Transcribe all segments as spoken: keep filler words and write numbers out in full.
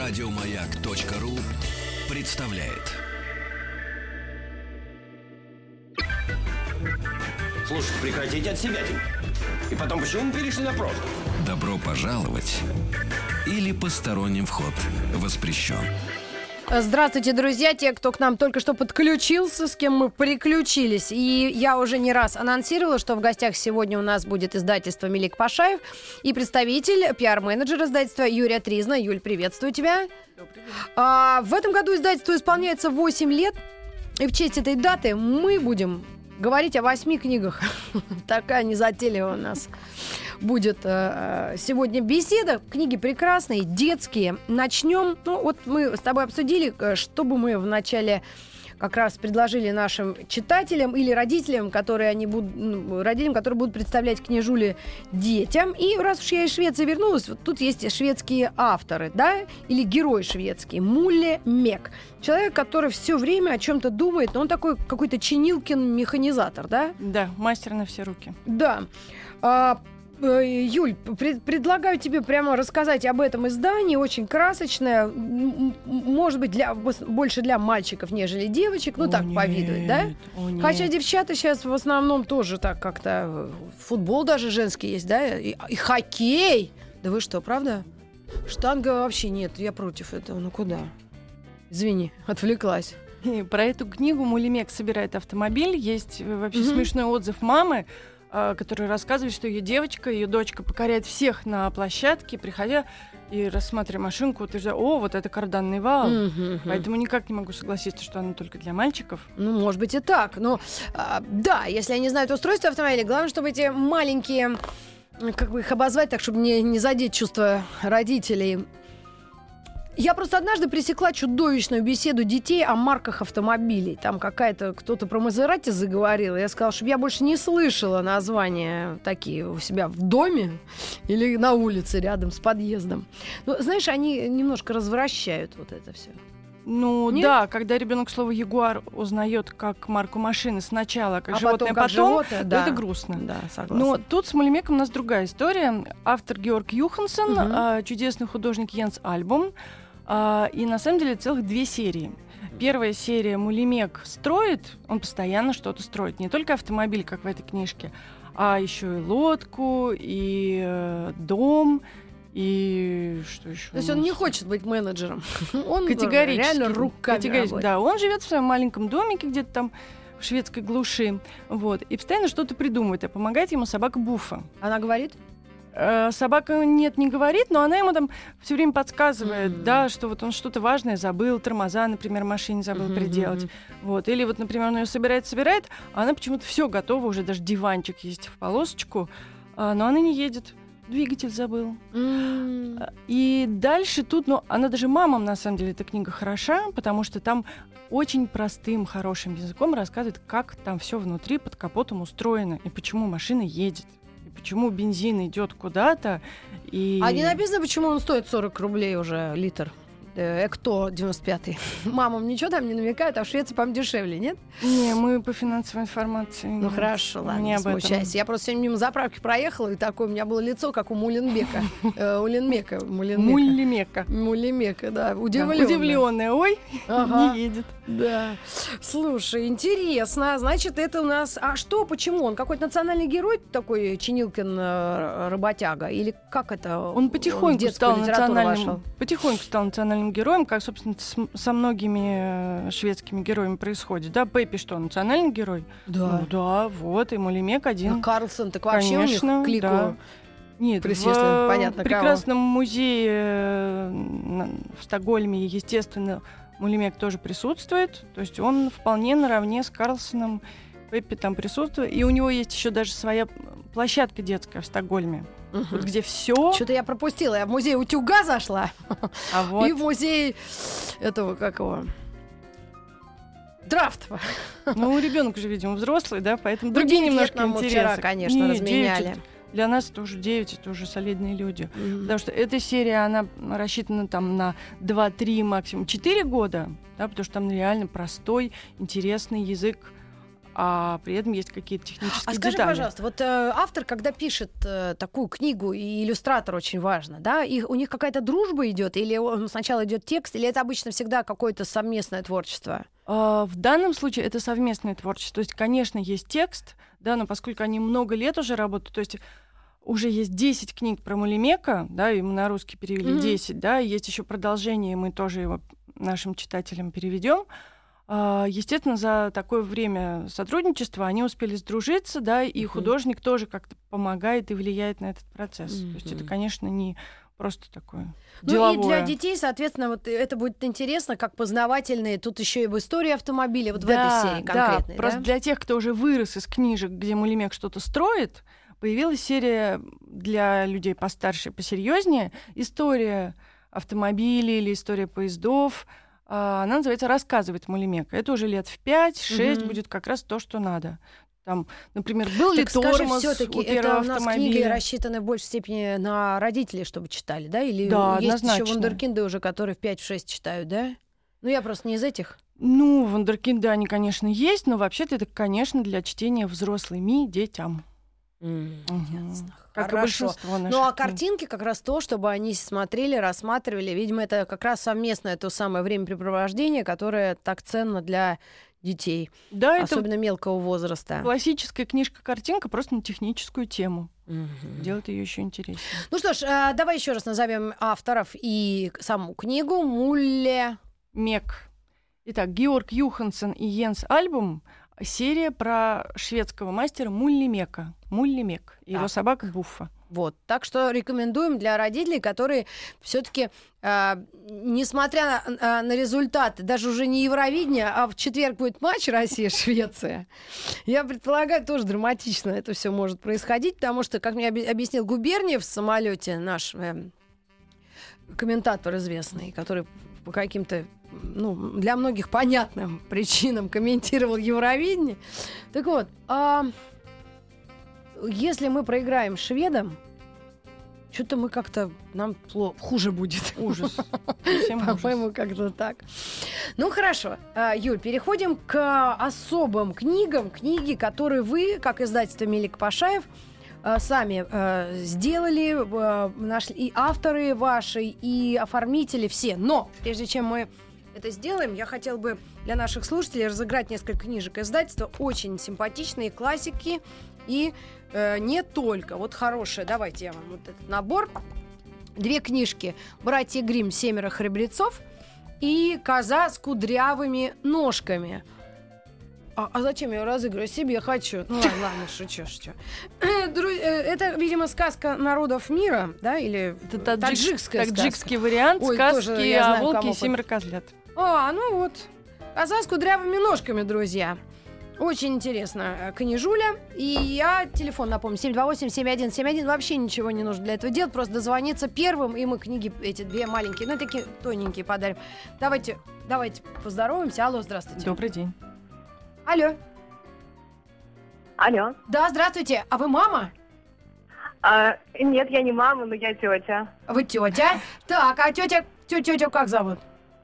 Радиомаяк.ру представляет. Слушайте, прекратите от себя. И потом, почему мы перешли на профиль? Добро пожаловать или посторонним вход воспрещен. Здравствуйте, друзья, те, кто к нам только что подключился, с кем мы переключились. И я уже не раз анонсировала, что в гостях сегодня у нас будет издательство «Мелик Пашаев» и представитель, пиар-менеджер издательства Юрия Тризна. Юль, приветствую тебя. Добрый день. А, в этом году издательству исполняется восемь лет, и в честь этой даты мы будем говорить о восьми книгах. Такая незатейливая у нас будет э, сегодня беседа. Книги прекрасные, детские. Начнем. Ну, вот мы с тобой обсудили, что бы мы вначале как раз предложили нашим читателям или родителям, которые они будут, ну, родителям, которые будут представлять книжули детям. И раз уж я из Швеции вернулась, вот тут есть шведские авторы, да, или герой шведский, Мулле Мек. Человек, который все время о чем-то думает, но он такой какой-то Чинилкин-механизатор, да? Да, мастер на все руки. Да. А, Юль, пред, предлагаю тебе прямо рассказать об этом издании. Очень красочное. М- может быть, для, больше для мальчиков, нежели девочек. Ну, О, так, нет. по виду, да? О, нет. Хотя девчата сейчас в основном тоже так как-то... Футбол даже женский есть, да? И, и хоккей. Да вы что, правда? Штанга вообще нет. Я против этого. Ну, куда? Извини, отвлеклась. И про эту книгу Мулле Мек собирает автомобиль. Есть вообще Мгм. смешной отзыв мамы, а, которая рассказывает, что ее девочка, ее дочка покоряет всех на площадке, приходя и рассматривая машинку, утверждая: о, вот это карданный вал. Мгм. Поэтому никак не могу согласиться, что она только для мальчиков. Ну, может быть, и так. Но, а, да, если они знают устройство автомобиля, главное, чтобы эти маленькие, как бы их обозвать так, чтобы не, не задеть чувства родителей. Я просто однажды пресекла чудовищную беседу детей о марках автомобилей. Там какая-то, кто-то про Мазерати заговорил. Я сказала, чтобы я больше не слышала названия такие у себя в доме или на улице рядом с подъездом. Ну, знаешь, они немножко развращают вот это все. Ну Нет? да, когда ребенок слово Ягуар узнает как марку машины сначала, как А животное, потом как животное, то да. это грустно. Да, Но согласна. тут с Мулле Меком у нас другая история. Автор Георг Юхансон, Мгм. а, чудесный художник Йенс Альбом. А, и на самом деле целых две серии. Первая серия Мулле Мек строит, он постоянно что-то строит. Не только автомобиль, как в этой книжке, а еще и лодку, и э, дом, и что еще? То есть он не хочет быть менеджером. Он Категорически. реально руками Категорически, работает. да, он живет в своем маленьком домике где-то там в шведской глуши, вот, и постоянно что-то придумывает, а помогает ему собака Буфа. Она говорит? Э, собака нет, не говорит, но она ему там все время подсказывает, Мгм. да, что вот он что-то важное забыл, тормоза, например, машине забыл Мгм, приделать, мгм. вот, или вот, например, он ее собирает, собирает, а она почему-то все готова, уже даже диванчик есть в полосочку, а, но она не едет. Двигатель забыл. М. И дальше тут, ну, она даже мамам, на самом деле, эта книга хороша, потому что там очень простым, хорошим языком рассказывает, как там все внутри под капотом устроено, и почему машина едет, и почему бензин идет куда-то. И... А не написано, почему он стоит сорок рублей уже литр? Э, Экто девяносто пятый. Мамам ничего там не намекают, а в Швеции, по-моему, дешевле, нет? Не, мы по финансовой информации. Ну нет. хорошо, ладно, Не не об этом. смущайся. Я просто сегодня мимо заправки проехала, и такое у меня было лицо, как у Муленбека. Э, Уленбека. Муленбека. Мулле Мека. Мулемека, да. Да, Удивлённая. удивлённая. Ой, Ага. не едет. Да. Слушай, интересно. Значит, это у нас... А что, почему? Он какой-то национальный герой такой, Чинилкин э, работяга? Или как это? Он в потихоньку детскую стал литературу национальным, вошел? потихоньку стал национальным героем, как, собственно, с- со многими э, шведскими героями происходит. Да, Пеппи что, национальный герой? Да. Ну да, вот, и Мулле Мек один. А Карлсон, так вообще Конечно, у них клику. да. Нет, Присвистываем, в понятно, кого. прекрасном музее э, на- в Стокгольме, естественно, Мулле Мек тоже присутствует. То есть он вполне наравне с Карлсоном. Пеппи там присутствует. И у него есть еще даже своя площадка детская в Стокгольме, вот где все. Что-то я пропустила. Я в музей утюга зашла. А вот И в музей этого, как его... Драфт. Ну, ребенок же, видимо, взрослый, да, поэтому Ну, другие девять немножко лет нам вот интересы. вчера, конечно, Не, разменяли. девять это- Для нас это уже девять, это уже солидные люди. Мгм. Потому что эта серия, она рассчитана там на два-три, максимум четыре года, да, потому что там реально простой, интересный язык а при этом есть какие-то технические А скажи, детали. пожалуйста, вот э, автор, когда пишет э, такую книгу, и иллюстратор очень важно, да, и у них какая-то дружба идет, или он, сначала идет текст, или это обычно всегда какое-то совместное творчество? А, в данном случае это совместное творчество. То есть, конечно, есть текст, да, но поскольку они много лет уже работают, то есть уже есть десять книг про Мулимека, да, и мы на русский перевели mm-hmm. десять, да, и есть еще продолжение, мы тоже его нашим читателям переведем. Естественно, за такое время сотрудничества они успели сдружиться, да, и uh-huh. художник тоже как-то помогает и влияет на этот процесс. Uh-huh. То есть это, конечно, не просто такое ну деловое. И для детей, соответственно, вот это будет интересно, как познавательные. Тут еще и в истории автомобиля, вот да, в этой серии конкретной. Да, просто да? для тех, кто уже вырос из книжек, где Мулимек что-то строит, появилась серия для людей постарше и посерьезнее. История автомобилей или история поездов. Она называется «Рассказывает Мулимек». Это уже лет в пять-шесть угу. будет как раз то, что надо. Там, например, был так ли тормоз всё-таки у первого это у нас автомобиля? книги рассчитаны в большей степени на родителей, чтобы читали, да? Или да, есть однозначно. еще вундеркинды уже, которые в пять-шесть читают, да? Ну, я просто не из этих. Ну, вундеркинды, они, конечно, есть, но вообще-то это, конечно, для чтения взрослыми детям. Mm, угу. Ясно. Как Хорошо. и большинство наших Ну, а книг. картинки как раз то, чтобы они смотрели, рассматривали. Видимо, это как раз совместное то самое времяпрепровождение, которое так ценно для детей, да, особенно это мелкого возраста. Классическая книжка-картинка просто на техническую тему. Угу. Делает ее еще интереснее. Ну что ж, давай еще раз назовем авторов и саму книгу. Мулле Мек. Итак, Георг Юхансен и Йенс Альбум. Серия про шведского мастера Муллимека. Муллимек. И его собака Буффа. Вот. Так что рекомендуем для родителей, которые все-таки, э, несмотря на, на результаты, даже уже не Евровидение, а в четверг будет матч Россия-Швеция. Я предполагаю, тоже драматично это все может происходить, потому что, как мне объяснил Губерниев в самолете, наш э, комментатор известный, который по каким-то, ну, для многих понятным причинам комментировал Евровидение. Так вот, а если мы проиграем шведам, что-то мы как-то, нам плохо, хуже будет. Ужас. По-моему, как-то так. Ну, хорошо. Юль, переходим к особым книгам. Книги, которые вы, как издательство Мелик Пашаев, сами э, сделали, э, нашли и авторы ваши, и оформители, все. Но прежде чем мы это сделаем, я хотела бы для наших слушателей разыграть несколько книжек издательства. Очень симпатичные классики. И э, не только. Вот хорошая. Давайте я вам вот этот набор. Две книжки. «Братья Гримм. Семеро храбрецов» и «Коза с кудрявыми ножками». А, а зачем я ее разыгрываю? Себе хочу. Ну ладно, ладно, шучу, шучу. Это, видимо, сказка народов мира, да? Или это таджикская таджикский вариант Ой, сказки тоже, о знаю, волке и кому семеро козлят. А, ну вот. «Коза с кудрявыми ножками», друзья. Очень интересно. Книжуля. И я телефон напомню. семь два восемь семь один семь один. Вообще ничего не нужно для этого делать. Просто дозвониться первым, и мы книги эти две маленькие, ну, такие тоненькие подарим. Давайте, давайте поздороваемся. Алло, здравствуйте. Добрый день. Алло. Алло. Да, здравствуйте. А вы мама? А, нет, я не мама, но я тетя. Вы тетя? Так, а тетя, тетю как зовут?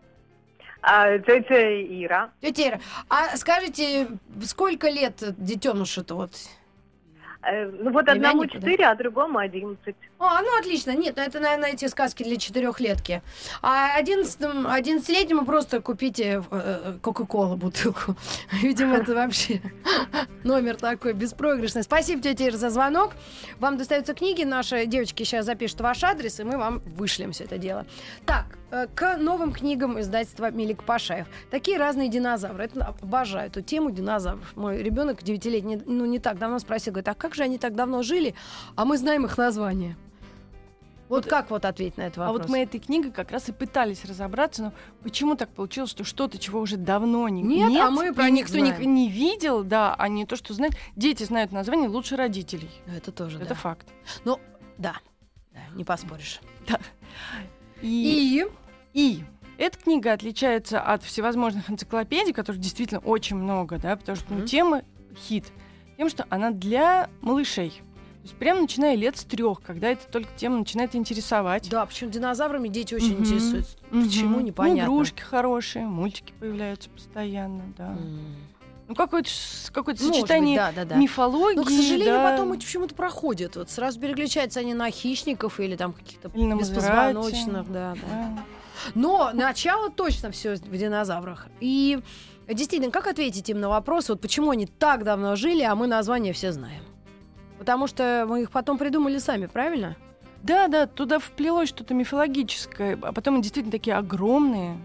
А, тетя Ира. Тетя Ира. А скажите, сколько лет детенышу-то вот? Э, ну вот одному четыре, а другому одиннадцать. А, ну отлично. Нет, ну это, наверное, эти сказки для четырехлетки. А одиннадцатилетнему просто купите э, Кока-Колу бутылку. Видимо, это вообще номер такой беспроигрышный. Спасибо, тетя Ира, за звонок. Вам достаются книги. Наши девочки сейчас запишут ваш адрес, и мы вам вышлем все это дело. Так, э, к новым книгам издательства Мелик Пашаев. Такие разные динозавры. Это, обожаю эту тему динозавров. Мой ребенок девятилетний, ну не так давно спросил, говорит, а как же они так давно жили, а мы знаем их название? Вот, вот как вот ответить на этот вопрос? А вот мы этой книгой как раз и пытались разобраться, но почему так получилось, что что-то, чего уже давно не, нет, нет, а мы про и них никто знаем. не, не видел, да, а не то, что знают. Дети знают название лучше родителей. Это тоже, Это да. факт. Ну, да, да, не поспоришь. Да. И... И... и эта книга отличается от всевозможных энциклопедий, которых действительно очень много, да, потому что ну, Mm-hmm. тема хит, тем, что она для малышей. То есть прямо начиная лет с трех, когда эта только тема начинает интересовать. Да, почему динозаврами дети очень Мгм. интересуются. Мгм. Почему, Ну, непонятно. игрушки хорошие, мультики появляются постоянно, да. М. Ну, какое-то, какое-то сочетание быть, да, да, да. мифологии. Но, к сожалению, да. потом это почему-то проходит. Вот сразу переключаются они на хищников или там каких-то Или на беспозвоночных. Да, да. Да. Но начало точно все в динозаврах. И действительно, как ответить им на вопрос, вот почему они так давно жили, а мы названия все знаем? Потому что мы их потом придумали сами, правильно? Да, да, туда вплелось что-то мифологическое, а потом они действительно такие огромные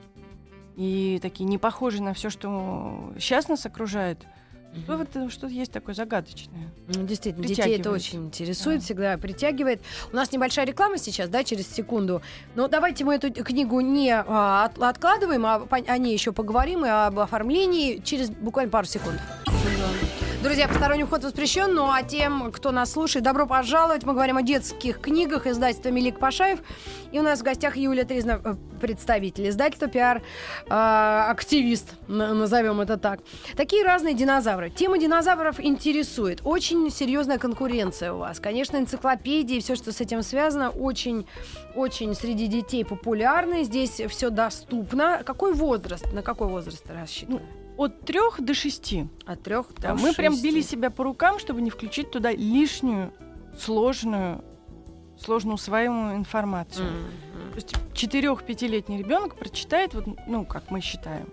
и такие не похожие на все, что сейчас нас окружает. Что, вот, что есть такое загадочное. Ну, действительно, детей это Притягивает. очень интересует, Да. всегда притягивает. У нас небольшая реклама сейчас, да, через секунду. Но давайте мы эту книгу не а, от- откладываем, а по- о ней еще поговорим и об оформлении через буквально пару секунд. Друзья, посторонний вход воспрещен, ну а тем, кто нас слушает, добро пожаловать. Мы говорим о детских книгах издательства Мелик Пашаев. И у нас в гостях Юлия Тризна, э, представитель издательства, пиар-активист, назовем это так. Такие разные динозавры. Тема динозавров интересует. Очень серьезная конкуренция у вас. Конечно, энциклопедии, все, что с этим связано, очень, очень среди детей популярны. Здесь все доступно. Какой возраст? На какой возраст рассчитан? От трех до шести. От трех Да, до мы прям шести. били себя по рукам, чтобы не включить туда лишнюю, сложную, сложно усваиваемую информацию. Мгм. То есть четырех-пятилетний ребенок прочитает, вот, ну, как мы считаем,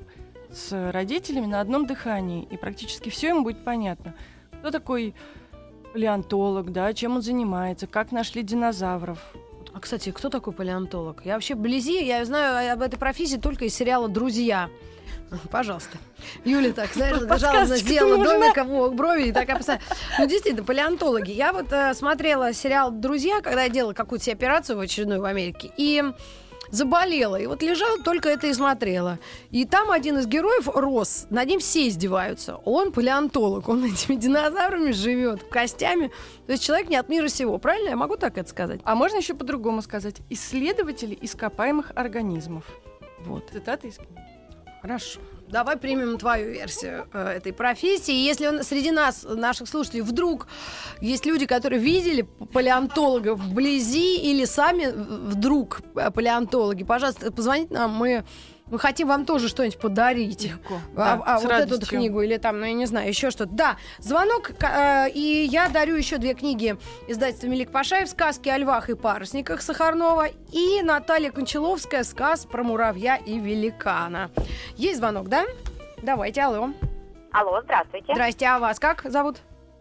с родителями на одном дыхании, и практически все ему будет понятно. Кто такой палеонтолог, да, чем он занимается, как нашли динозавров. А, кстати, кто такой палеонтолог? Я вообще вблизи, я знаю об этой профессии только из сериала «Друзья». Пожалуйста. Юля так, знаешь, безжалостно сделала домиком о, брови и такая посмотрела. Ну, действительно, палеонтологи. Я вот э, смотрела сериал «Друзья», когда я делала какую-то себе операцию в очередную в Америке, и заболела. И вот лежала, только это и смотрела. И там один из героев рос, над ним все издеваются. Он палеонтолог, он этими динозаврами живет, костями. То есть человек не от мира сего. Правильно? Я могу так это сказать? А можно еще по-другому сказать? Исследователи ископаемых организмов. Вот. Цитата из книги. Хорошо. Давай примем твою версию э, этой профессии. Если он, среди нас, наших слушателей, вдруг есть люди, которые видели палеонтологов вблизи или сами вдруг палеонтологи, пожалуйста, позвоните нам, мы, мы хотим вам тоже что-нибудь подарить. Легко. А, Да, а с вот радостью. эту книгу или там, ну я не знаю, еще что-то. Да, звонок, э, и я дарю еще две книги издательства Мелик Пашаев «Сказки о львах и парусниках» Сахарнова и Наталья Кончаловская «Сказ про муравья и великана». Есть звонок, да? Давайте, алло. Алло, здравствуйте. Здрасте, а вас как зовут?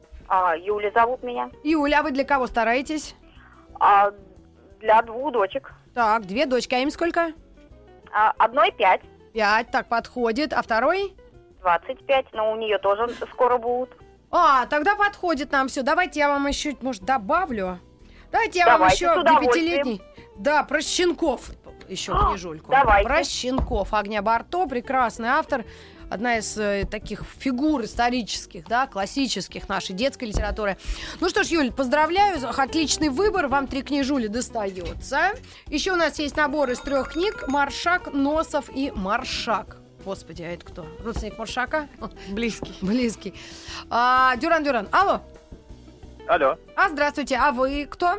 А, Юля зовут меня. Юля, а вы для кого стараетесь? А, для двух дочек. Так, две дочки, а им сколько? А, одной пять, Пять, так, подходит. А второй? двадцать пять, но у нее тоже скоро будут. А, тогда подходит нам все. Давайте я вам еще, может, добавлю. Давайте я Давайте, вам с еще удовольствием. пятилетний. Да, про щенков еще А, книжульку. давайте. Про щенков. Агния Барто, прекрасный автор. Одна из э, таких фигур исторических, да, классических нашей детской литературы. Ну что ж, Юль, поздравляю, отличный выбор, вам три книжули достается. Еще у нас есть набор из трех книг «Маршак», «Носов» и «Маршак». Господи, а это кто? Родственник Маршака? Близкий. Близкий. А, Дюран, Дюран, алло. Алло, А, здравствуйте, а вы кто?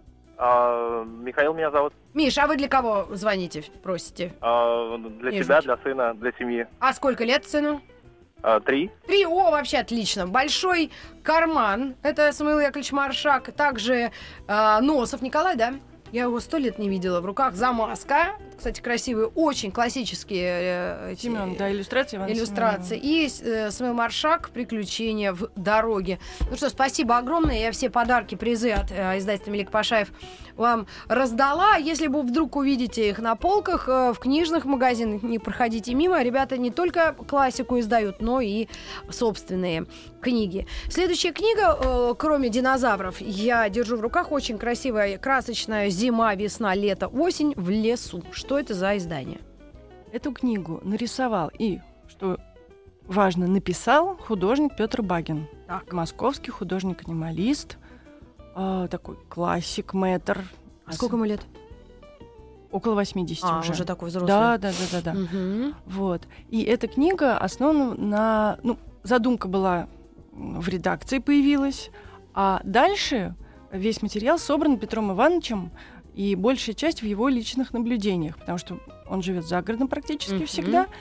а, Михаил меня зовут. Миш, а вы для кого звоните, просите? А, для Вижу. тебя, для сына, для семьи. А сколько лет сыну? А, Три. Три, о, вообще отлично. Большой карман, это Самуил Яковлевич Маршак. Также э, Носов Николай, да? Я его сто лет не видела. В руках замазка. Кстати, красивые, очень классические э, эти, Семен, да, иллюстрации. Ивана иллюстрации. Семенова. И э, Самуил Маршак «Приключения в дороге». Ну что, спасибо огромное. Я все подарки, призы от э, издательства Мелик Пашаев вам раздала. Если вы вдруг увидите их на полках, э, в книжных магазинах, не проходите мимо. Ребята не только классику издают, но и собственные книги. Следующая книга, э, кроме динозавров, я держу в руках, очень красивая, красочная «Зима, весна, лето, осень в лесу». Что это за издание? Эту книгу нарисовал и, что важно, написал художник Петр Багин. Так. Московский художник-анималист, э, такой классик, мэтр. А сколько ему лет? Около восьмидесяти А, уже. уже такой взрослый. Да, да, да, да, да. Мгм. Вот. И эта книга основана на... Ну, задумка была в редакции, появилась, а дальше весь материал собран Петром Ивановичем, и большая часть в его личных наблюдениях, потому что он живет за городом практически Мгм. всегда,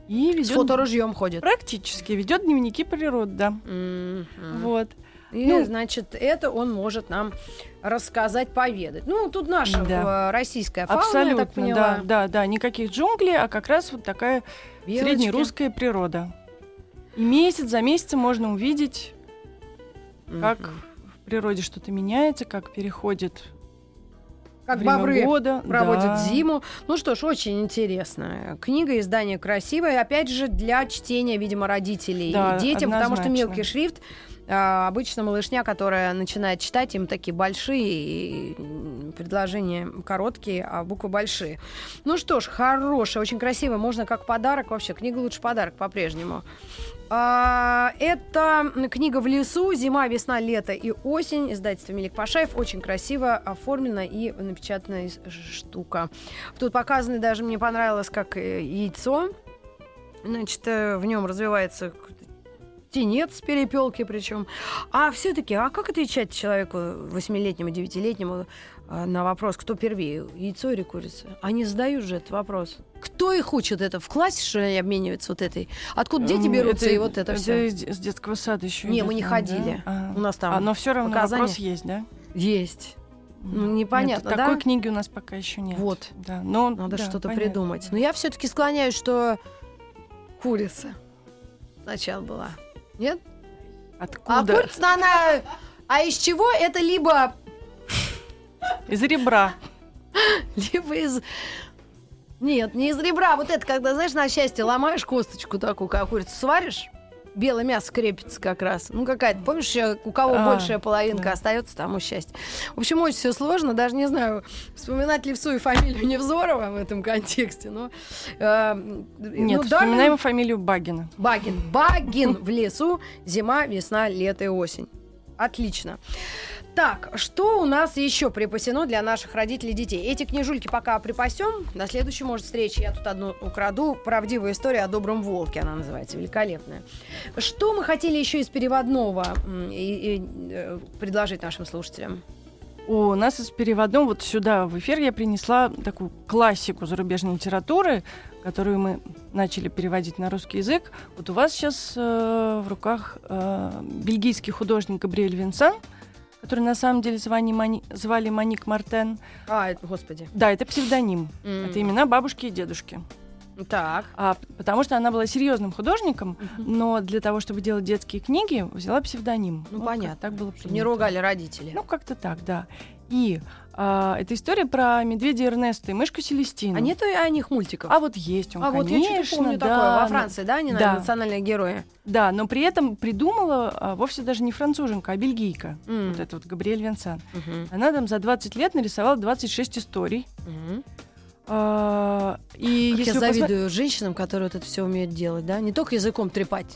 И ведет... С фоторужьем ходит. Практически. Ведет дневники природы, да. Mm-hmm. Вот. И, ну, значит, это он может нам рассказать, поведать. Ну, тут наша да. российская фауна, абсолютно, я так поняла. Да, да, да. Никаких джунглей, а как раз вот такая Белочки. Среднерусская природа. И месяц за месяцем можно увидеть, mm-hmm. как в природе что-то меняется, как переходит как время бобры года. проводят да. зиму. Ну что ж, очень интересно. Книга, издание красивое. Опять же, для чтения, видимо, родителей да, и детям, однозначно. потому что мелкий шрифт. А, обычно малышня, которая начинает читать, им такие большие предложения короткие, а буквы большие. Ну что ж, хорошая, очень красивая. Можно как подарок. Вообще, книга лучше подарок по-прежнему. А, это книга «В лесу. Зима, весна, лето и осень». Издательство Мелик Пашаев. Очень красиво оформлена и напечатанная штука. Тут показано, даже мне понравилось, как яйцо. Значит, в нем развивается птенец перепелки причем. А все-таки, а как отвечать человеку восьмилетнему, девятилетнему на вопрос, кто первее, яйцо или курица? Они задают же этот вопрос. Кто их учит это? В классе, что они обмениваются вот этой? Откуда дети берутся это, и вот это, это все? Это с детского сада еще. Не, идет, мы не да? ходили. А, у нас там а, но все равно показания. Вопрос есть, да? Есть. Ну, непонятно, нет, да? Такой книги у нас пока еще нет. Вот. Да, но, надо да, что-то понятно. придумать. Но я все-таки склоняюсь, что курица сначала была. Нет? Откуда? А курица, она... А из чего? Это либо... Из ребра. Либо из... Нет, не из ребра. Вот это, когда, знаешь, на счастье ломаешь косточку такую, как курицу сваришь, белое мясо крепится как раз. Ну, какая-то, помнишь, у кого а, большая половинка да. остается, тому счастье. В общем, очень все сложно. Даже не знаю, вспоминать ли всю и фамилию Невзорова в этом контексте. Но, э, Нет, ну, вспоминаем да, фамилию Багина. Багин. Багин в лесу. Зима, весна, лето и осень. Отлично. Так, что у нас еще припасено для наших родителей и детей? Эти книжульки пока припасем. На следующей, может, встрече я тут одну украду. «Правдивая история о добром волке», она называется, великолепная. Что мы хотели еще из переводного и, и, и, предложить нашим слушателям? У нас из переводного вот сюда в эфир я принесла такую классику зарубежной литературы, которую мы начали переводить на русский язык. Вот у вас сейчас э, в руках э, бельгийский художник Габриэль Винсан, который на самом деле звали, Мани... звали Моник Мартен. А, это, господи. Да, это псевдоним. Mm. Это имена бабушки и дедушки. Так. А, потому что она была серьезным художником, uh-huh. но для того, чтобы делать детские книги, взяла псевдоним. Ну, вот понятно. Так было принято. Не ругали родители. Ну, как-то так, да. И а, это история про медведя Эрнеста и мышку Селестину. А нет о них мультиков? А вот есть он, а конечно. вот я что-то помню да, такое. Во но... Франции, да, они, да. наверное, национальные герои? Да, но при этом придумала а, вовсе даже не француженка, а бельгийка. Mm. Вот это вот Габриэль Винсан. Uh-huh. Она там за двадцать лет нарисовала двадцать шесть историй. Uh-huh. А, и как если я завидую посмотри... женщинам, которые вот это все умеют делать, да? Не только языком трепать.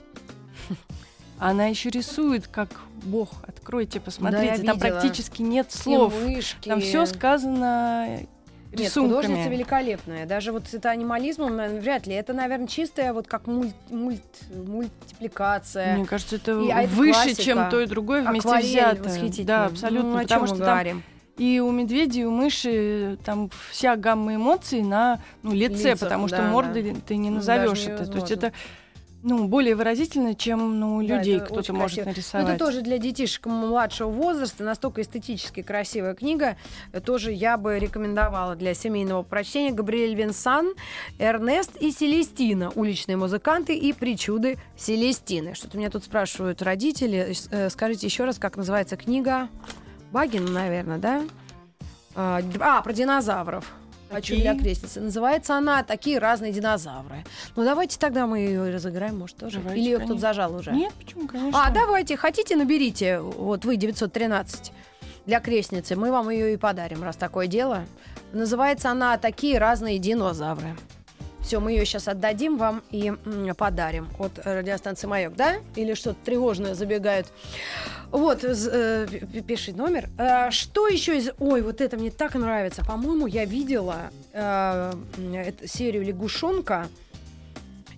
Она еще рисует, как Бог. Откройте, посмотрите. Да, там практически нет слов. Мышки. Там все сказано рисунками. Нет, художница великолепная. Даже вот это анимализмом, наверное, вряд ли. Это, наверное, чистая вот как мульт, мульт, мультипликация. Мне кажется, это и, а выше, классика. чем то и другое вместе Акварель взятое. восхитительно. Да, абсолютно. Ну, о потому чем что мы там говорим? и у медведя, и у мыши там вся гамма эмоций на ну, лице, Лицах, потому да, что мордой да. ты не Ну, назовешь даже это. То есть невозможно. это ну, более выразительно, чем ну, Да, людей это кто-то очень может красиво. нарисовать. Ну, это тоже для детишек младшего возраста. Настолько эстетически красивая книга. Тоже я бы рекомендовала для семейного прочтения. Габриэль Винсан, Эрнест и Селестина. Уличные музыканты и причуды Селестины. Что-то меня тут спрашивают родители. Скажите еще раз, как называется книга? Багин, наверное, да? А, про динозавров. «Хочу для крестницы». Называется она «Такие разные динозавры». Ну, давайте тогда мы ее разыграем, может, тоже. Давайте, Или ее конечно. кто-то зажал уже? Нет, почему, конечно. А, давайте, хотите, наберите. Вот вы, девятьсот тринадцать, для крестницы. Мы вам ее и подарим, раз такое дело. Называется она «Такие разные динозавры». Все, мы ее сейчас отдадим вам и м, подарим от радиостанции «Маяк», да? Или что-то тревожное забегает. Вот, э, пиши номер. Э, что еще из... Ой, вот это мне так нравится. По-моему, я видела э, эту серию «Лягушонка».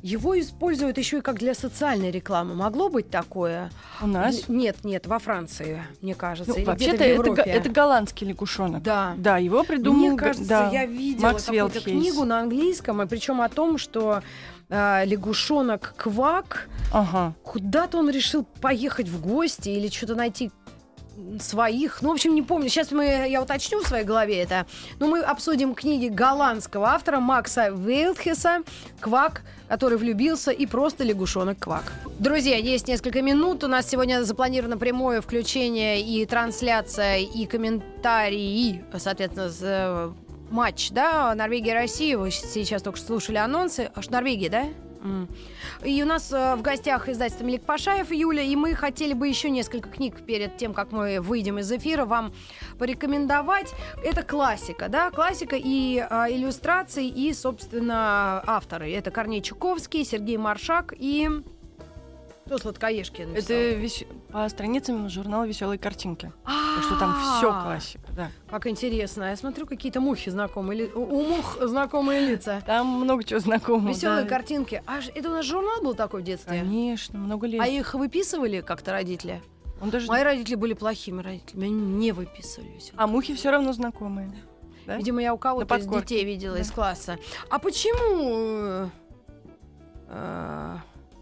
его используют еще и как для социальной рекламы. Могло быть такое? У нас? Для... Нет, нет, во Франции, мне кажется. Ну, или вообще-то где-то в это, Европе. это голландский лягушонок. Да. Да, его придумал... Мне кажется, да, я видела Макс какую-то Велтхейс. книгу на английском, и причем о том, что э, лягушонок Квак, Ага. куда-то он решил поехать в гости или что-то найти своих. Ну, в общем, не помню. Сейчас мы, я уточню в своей голове это. Но мы обсудим книги голландского автора Макса Велтхейса «Квак», который влюбился, и просто лягушонок Квак. Друзья, есть несколько минут. У нас сегодня запланировано прямое включение и трансляция, и комментарии, соответственно, с, матч, да, Норвегия-Россия. Вы сейчас только что слушали анонсы. Аж Норвегия, да? Mm. И у нас э, в гостях издательство Мелик Пашаев, Юля, и мы хотели бы еще несколько книг перед тем, как мы выйдем из эфира, вам порекомендовать. Это классика, да, классика и э, иллюстрации, и, собственно, авторы. Это Корней Чуковский, Сергей Маршак и... Кто сладкоежки написал? Это вес... по страницам журнала «Веселые картинки». А-а-а. Так что там все классика, да. Как интересно. Я смотрю, какие-то мухи знакомые. Ли... У мух знакомые лица. Там много чего знакомого. Веселые да. картинки. А это у нас журнал был такой в детстве? Конечно, много лет. А их выписывали как-то родители? Он даже... Мои родители были плохими родителями. Они не выписывали. А мухи все равно знакомые. Да? Видимо, я у кого-то из детей видела, да, из класса. А почему... А...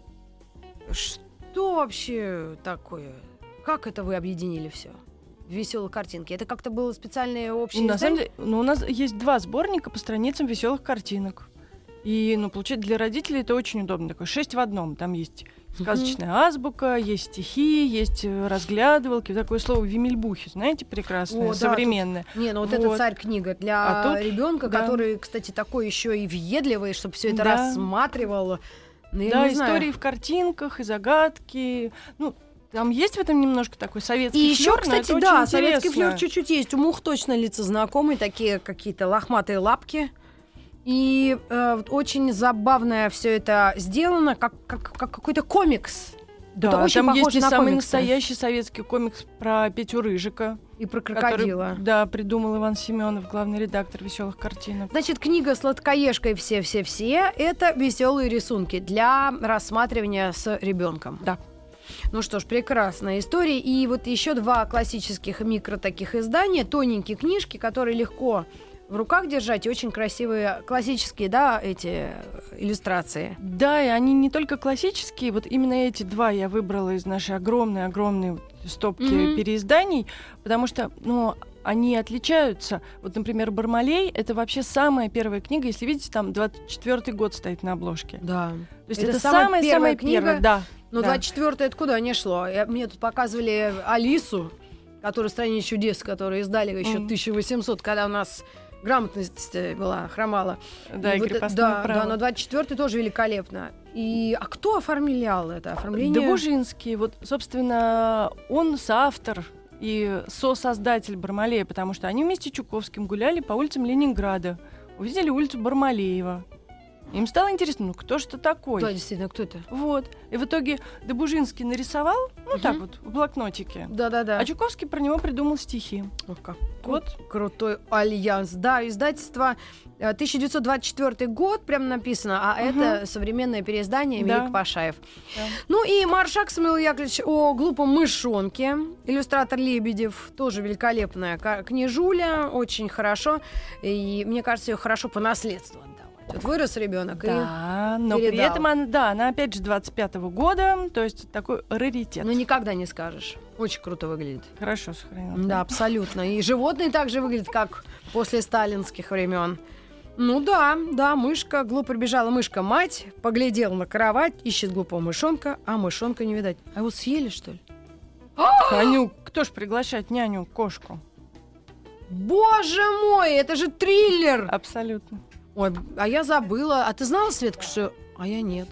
Что вообще такое? Как это вы объединили все? Веселые картинки. Это как-то было специальное общее. На самом деле, ну, у нас есть два сборника по страницам веселых картинок. И, ну, получается, для родителей это очень удобно. Такой шесть в одном. Там есть сказочная mm-hmm. азбука, есть стихи, есть разглядывалки. Такое слово вимельбухи, знаете, прекрасное, О, современное. Да, не, ну вот, вот. это царь-книга для а тут, ребенка, да. который, кстати, такой еще и въедливый, чтобы все это да. рассматривал. Ну, да, истории знаю. В картинках, и загадки. Ну, там есть в этом немножко такой советский и флёр, еще, но кстати, это да, очень советский интересно. флёр чуть-чуть есть. У мух точно лица знакомые, такие какие-то лохматые лапки. И э, очень забавное все это сделано, как, как, как какой-то комикс. Да, это очень там похоже есть и на самый комиксы. настоящий советский комикс про Петю Рыжика. И про крокодила. Который, да, придумал Иван Семенов, главный редактор «Веселых картинок». Значит, книга «Сладкоежка» и все-все-все — это веселые рисунки для рассматривания с ребенком. Да. Ну что ж, прекрасная история. И вот еще два классических микро таких издания, тоненькие книжки, которые легко в руках держать, и очень красивые классические, да, эти иллюстрации. Да, и они не только классические, вот именно эти два я выбрала из нашей огромной-огромной стопки mm-hmm. переизданий, потому что, ну, они отличаются. Вот, например, «Бармалей» — это вообще самая первая книга, если видите, там двадцать четвёртый год стоит на обложке. Да. То есть это, это самая, самая первая самая книга. Первая, да. Но да. двадцать четвёртое это куда не шло? Я, мне тут показывали Алису, которая «Стране чудес», которую издали еще mm-hmm. тысяча восемьсот, когда у нас грамотность была, хромала. Да, и, и вот, крепостное да, право. да, но двадцать четвёртый тоже великолепно. И, а кто оформлял это оформление? Добужинский. Вот, собственно, он соавтор и сосоздатель «Бармалея», потому что они вместе с Чуковским гуляли по улицам Ленинграда, увидели улицу Бармалеева. Им стало интересно, ну кто же это такой? Да, действительно, кто это? Вот. И в итоге Добужинский нарисовал, ну угу. так вот, в блокнотике. Да-да-да. А Чуковский про него придумал стихи. Ох, как вот. Крутой альянс. Да, издательство тысяча девятьсот двадцать четвёртый год, прям написано, а угу. это современное переиздание Мелик да. Пашаев. Да. Ну и Маршак Самуил Яковлевич о глупом мышонке, иллюстратор Лебедев, тоже великолепная книжуля, очень хорошо. И мне кажется, ее хорошо по наследству отдавать. Вот вырос ребенок да, и но передал. При этом она, да, она опять же двадцать пятого года, то есть такой раритет. Ну никогда не скажешь. Очень круто выглядит. Хорошо сохранилось. Да, абсолютно. И животные также выглядят, как после сталинских времен. Ну да, да, мышка, глупо прибежала мышка-мать, поглядела на кровать, ищет глупого мышонка, а мышонка не видать. А его съели, что ли? Коню, кто ж приглашает няню, кошку? Боже мой, это же триллер! Абсолютно. Ой, а я забыла. А ты знала, Светка, что... А я нет.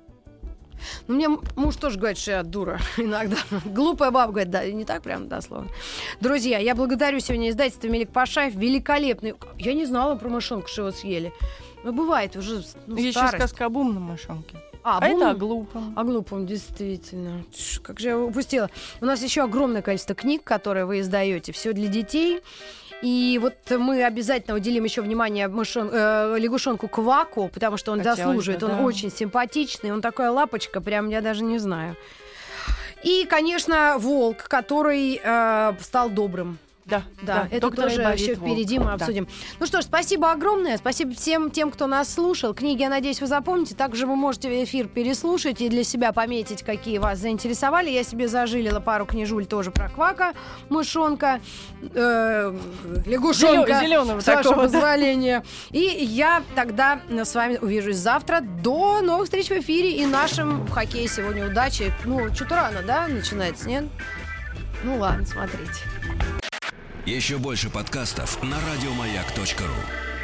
Ну, мне муж тоже говорит, что я дура иногда. Глупая баба говорит, да, не так прям дословно. Друзья, я благодарю сегодня издательство Мелик Пашаев. Великолепный. Я не знала про мышонку, что его съели. Ну, бывает уже, ну, Есть старость. еще сказка об умном мышонке. А, а об это о глупом. О глупом, действительно. Тш, как же я упустила. У нас еще огромное количество книг, которые вы издаете. Все для детей. И вот мы обязательно уделим еще внимание мышон, э, лягушонку Кваку, потому что он Хотелось заслуживает, бы, он да. очень симпатичный, он такая лапочка, прям я даже не знаю. И, конечно, волк, который э, стал добрым. Да, Да, это доктор тоже Айболит еще Волк. впереди мы Да. обсудим. Ну что ж, спасибо огромное. Спасибо всем тем, кто нас слушал. Книги, я надеюсь, вы запомните. Также вы можете эфир переслушать и для себя пометить, какие вас заинтересовали. Я себе зажилила пару книжуль тоже про Квака, мышонка, э, лягушонка, Зелё- зелёного с вашего такого, да. позволения. И я тогда с вами увижусь завтра. До новых встреч в эфире и нашим в хоккее сегодня удачи. Ну, что-то рано, да, начинается, нет? Ну ладно, смотрите. Еще больше подкастов на радиомаяк точка ру.